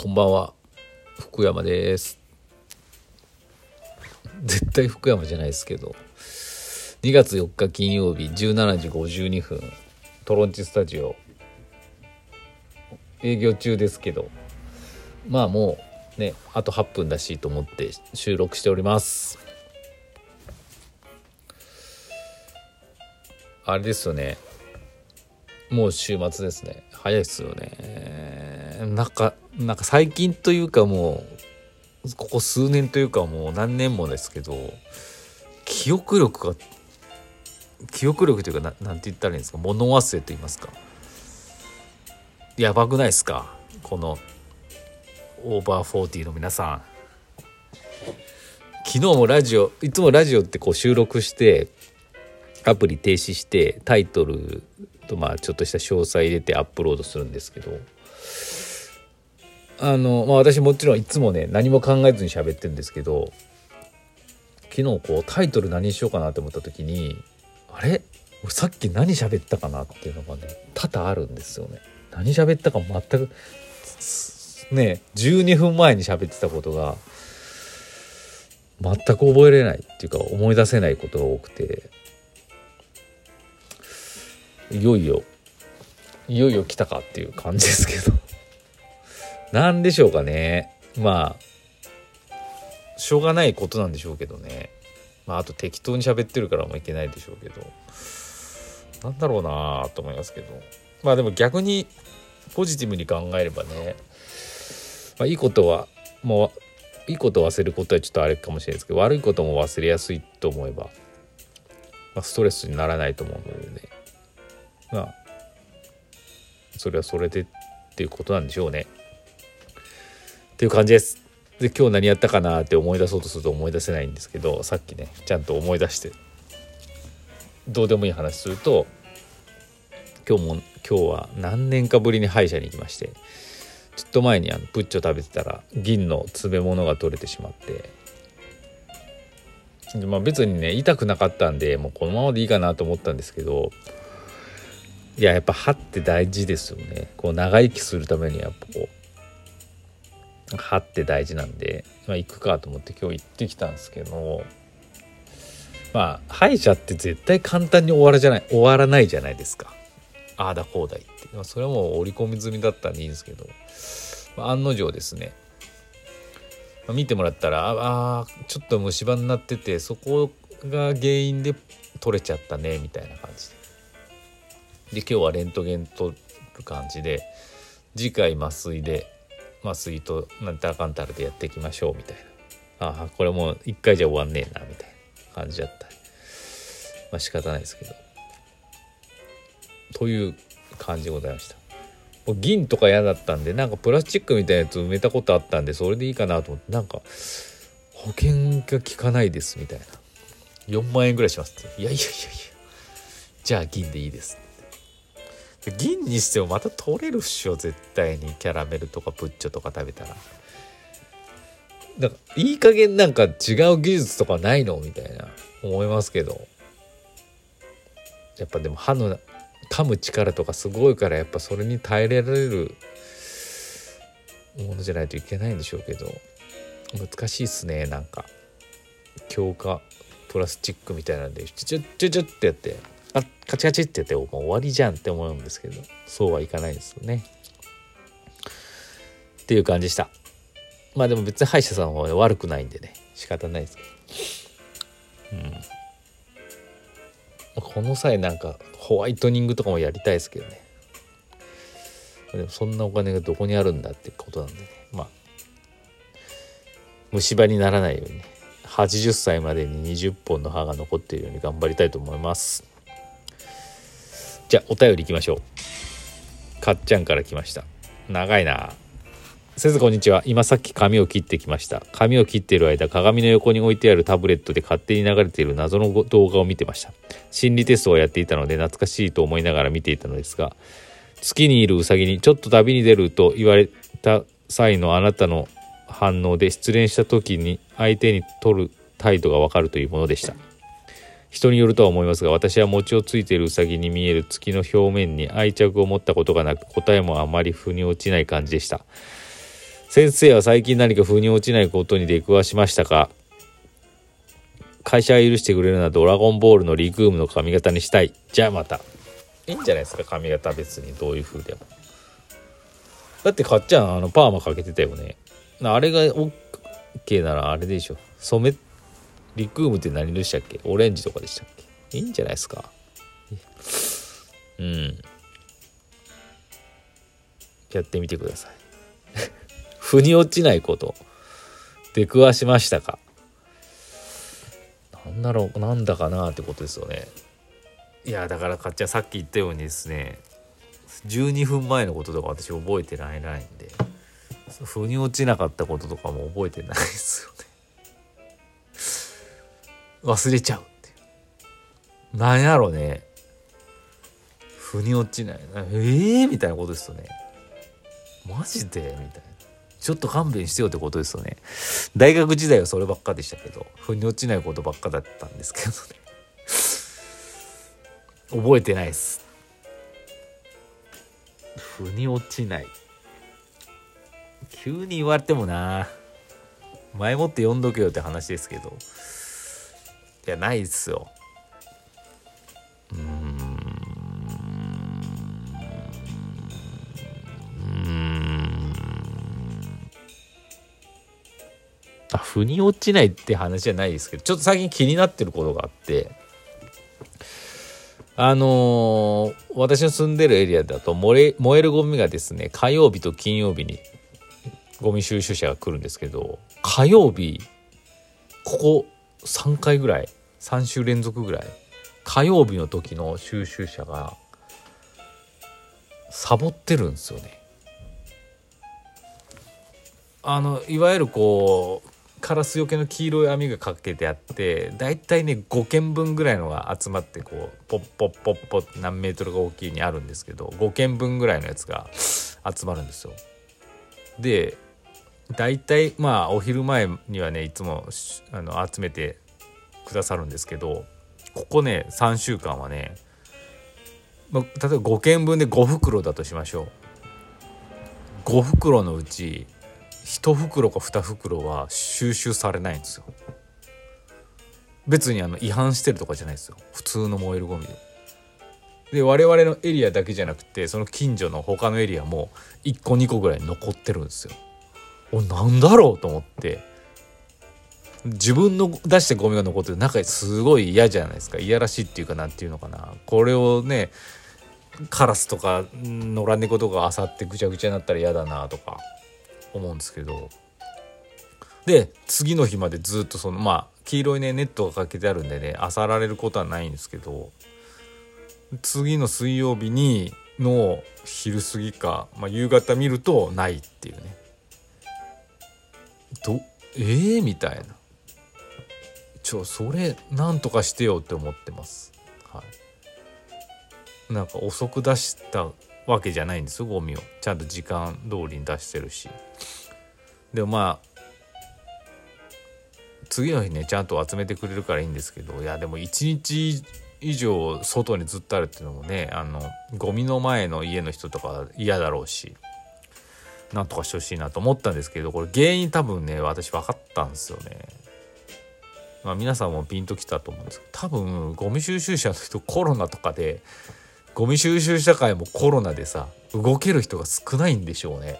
こんばんは、福山です。絶対福山じゃないですけど、2月4日金曜日17時52分トロンチスタジオ営業中ですけど、まあもうね、あと8分だしと思って収録しております。あれですよね、もう週末ですね。早いですよね。なんか最近というか、もうここ数年というか、もう何年もですけど、記憶力というか、なんて言ったらいいんですか、物忘れと言いますか、やばくないですか、このオーバー40の皆さん。昨日もいつもラジオってこう収録してアプリ停止してタイトルとちょっとした詳細入れてアップロードするんですけど、私もちろんいつもね、何も考えずに喋ってるんですけど、昨日こうタイトル何にしようかなと思った時に、あれ俺さっき何喋ったかなっていうのがね、多々あるんですよね。何喋ったか全くね、12分前に喋ってたことが全く覚えれないっていうか、思い出せないことが多くて、いよいよ来たかっていう感じですけどなんでしょうかね。しょうがないことなんでしょうけどね。あと適当に喋ってるからもいけないでしょうけど、なんだろうなと思いますけど、でも逆にポジティブに考えればね、いいことはいいことを忘れることはちょっとあれかもしれないですけど、悪いことも忘れやすいと思えば、ストレスにならないと思うのでね、それはそれでっていうことなんでしょうねっていう感じです。で、今日何やったかなって思い出そうとすると思い出せないんですけど、さっきねちゃんと思い出してどうでもいい話すると、今日は何年かぶりに歯医者に行きまして、ちょっと前にプッチョ食べてたら銀の詰め物が取れてしまって、で、別にね痛くなかったんで、もうこのままでいいかなと思ったんですけど、やっぱ歯って大事ですよね。こう長生きするためにはやっぱこう歯って大事なんで、行くかと思って今日行ってきたんですけど、歯医者って絶対簡単に終わらないじゃないですか。ああだこうだ言って、それはもう織り込み済みだったんでいいんですけど、案の定ですね、見てもらったらちょっと虫歯になってて、そこが原因で取れちゃったねみたいな感じで、今日はレントゲン取る感じで、次回麻酔となんたらかんたらでやっていきましょうみたいな。これもう一回じゃ終わんねえなみたいな感じだった。仕方ないですけど、という感じでございました。銀とか嫌だったんで、プラスチックみたいなやつ埋めたことあったんで、それでいいかなと思って、保険が効かないですみたいな、4万円ぐらいしますって。いやじゃあ銀でいいですって。銀にしてもまた取れるっしょ絶対に。キャラメルとかプッチョとか食べたら、いい加減違う技術とかないのみたいな思いますけど、やっぱでも歯の噛む力とかすごいから、やっぱそれに耐えられるものじゃないといけないんでしょうけど、難しいっすね。強化プラスチックみたいなんでチュってやって、カチカチってやってもう終わりじゃんって思うんですけど、そうはいかないですよねっていう感じでした。でも別に歯医者さんは悪くないんでね、仕方ないですけど、この際ホワイトニングとかもやりたいですけどね。でもそんなお金がどこにあるんだってことなんでね、虫歯にならないように、80歳までに20本の歯が残っているように頑張りたいと思います。じゃあお便り行きましょう。かっちゃんから来ました。長いな。先生こんにちは。今さっき髪を切ってきました。髪を切っている間、鏡の横に置いてあるタブレットで勝手に流れている謎の動画を見てました。心理テストをやっていたので懐かしいと思いながら見ていたのですが、月にいるウサギにちょっと旅に出ると言われた際のあなたの反応で、失恋した時に相手に取る態度がわかるというものでした。人によるとは思いますが、私は餅をついているウサギに見える月の表面に愛着を持ったことがなく、答えもあまり腑に落ちない感じでした。 先生は最近何か腑に落ちないことに出くわしましたか？会社が許してくれるならドラゴンボールのリクームの髪型にしたい。じゃあまた。いいんじゃないですか、髪型別にどういう風でも。だってかっちゃんパーマかけてたよね。あれが OK ならあれでしょ。リクームって何でしたっけ？オレンジとかでしたっけ？いいんじゃないですか。うん。やってみてください。腑に落ちないこと出くわしましたか？なんだかなってことですよね。いやだからかっちゃんさっき言ったようにですね、12分前のこととか私覚えてないんで、腑に落ちなかったこととかも覚えてないですよね。忘れちゃうっていう。なんやろね。腑に落ちないな。みたいなことですよね。マジでみたいな。ちょっと勘弁してよってことですよね。大学時代はそればっかでしたけど、腑に落ちないことばっかだったんですけどね。覚えてないです。腑に落ちない。急に言われてもな。前もって読んどけよって話ですけど。いやないっすよ。腑に落ちないって話じゃないですけど、ちょっと最近気になってることがあって、私の住んでるエリアだと燃えるゴミがですね、火曜日と金曜日にゴミ収集車が来るんですけど、火曜日ここ3回ぐらい、3週連続ぐらい火曜日の時の収集車がサボってるんですよね。いわゆるこうカラスよけの黄色い網がかけてあって、だいたいね5軒分ぐらいのが集まってこうポッポッポッポッ何メートルが大きいにあるんですけど、5軒分ぐらいのやつが集まるんですよ。でだいたいお昼前にはねいつも集めてくださるんですけど、ここね3週間はね、例えば5軒分で5袋だとしましょう。5袋のうち1袋か2袋は収集されないんですよ。別に違反してるとかじゃないですよ。普通の燃えるゴミで我々のエリアだけじゃなくて、その近所の他のエリアも1個2個ぐらい残ってるんですよ。なんだろうと思って、自分の出したゴミが残ってる中すごい嫌じゃないですか。嫌らしいっていうかなんていうのかな、これをねカラスとか野良猫とか漁ってぐちゃぐちゃになったら嫌だなとか思うんですけど、で次の日までずっと黄色いねネットがかけてあるんでね漁られることはないんですけど、次の水曜日の昼過ぎか、夕方見るとないっていうね。みたいな。それなんとかしてよって思ってます。はい。なんか遅く出したわけじゃないんですよ、ゴミを。ちゃんと時間通りに出してるし。でも次の日ねちゃんと集めてくれるからいいんですけど、いやでも1日以上外にずっとあるっていうのもね、ゴミの前の家の人とか嫌だろうし、なんとかしてほしいなと思ったんですけど、これ原因多分ね私分かったんですよね。皆さんもピンときたと思うんですけど、多分ゴミ収集車の人コロナとかで、ゴミ収集社会もコロナでさ動ける人が少ないんでしょうね。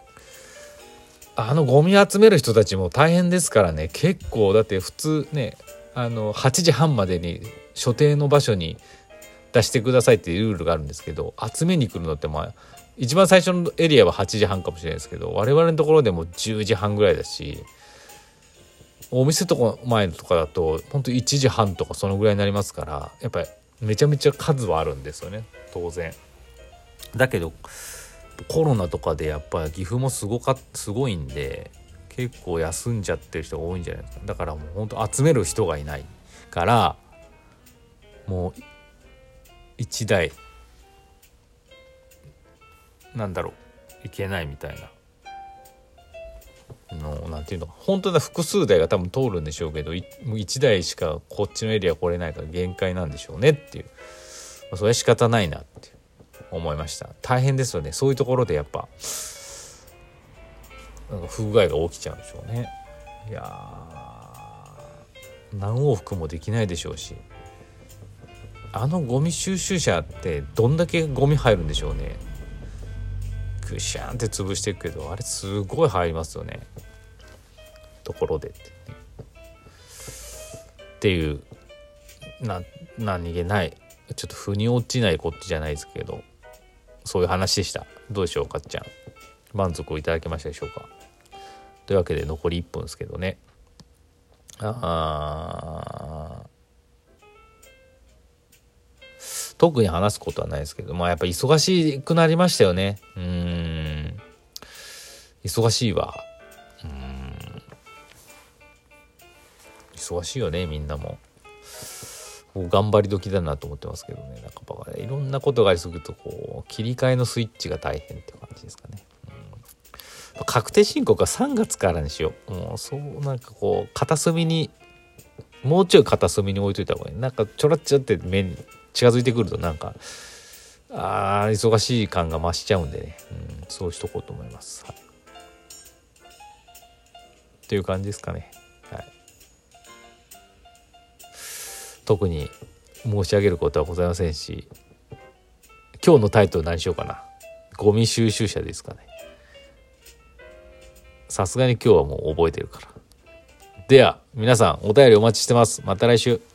ゴミ集める人たちも大変ですからね。結構だって普通ね8時半までに所定の場所に出してくださいっていうルールがあるんですけど、集めに来るのって一番最初のエリアは8時半かもしれないですけど、我々のところでも10時半ぐらいだし、お店とか前とかだと本当1時半とかそのぐらいになりますから、やっぱりめちゃめちゃ数はあるんですよね、当然。だけどコロナとかでやっぱり岐阜もすごいんで、結構休んじゃってる人が多いんじゃないですか。だからもう本当集める人がいないから、もう1台いけないみたいななんていうのか、本当は複数台が多分通るんでしょうけど、もう1台しかこっちのエリア来れないから限界なんでしょうねっていう、それは仕方ないなって思いました。大変ですよね、そういうところでやっぱなんか不具合が起きちゃうんでしょうね。いや何往復もできないでしょうし、ゴミ収集車ってどんだけゴミ入るんでしょうね。グシャンって潰していくけど、あれすごい入りますよね。ところでっていう何気ないちょっと腑に落ちないこっちじゃないですけど、そういう話でした。どうでしょうかっちゃん、満足をいただけましたでしょうか。というわけで残り1分ですけどね。特に話すことはないですけど、やっぱ忙しくなりましたよね。忙しいわ。忙しいよね、みんなも。頑張り時だなと思ってますけどね。いろんなことがありすぎると切り替えのスイッチが大変って感じですかね。確定申告は3月からにしよう。もう片隅にもうちょい片隅に置いといた方がいい。ちょろっちょって目に近づいてくると忙しい感が増しちゃうんでね、そうしとこうと思います。はい、っていう感じですかね。はい、特に申し上げることはございませんし、今日のタイトル何しようかな。ゴミ収集車ですかね。さすがに今日はもう覚えてるから。では皆さんお便りお待ちしてます。また来週。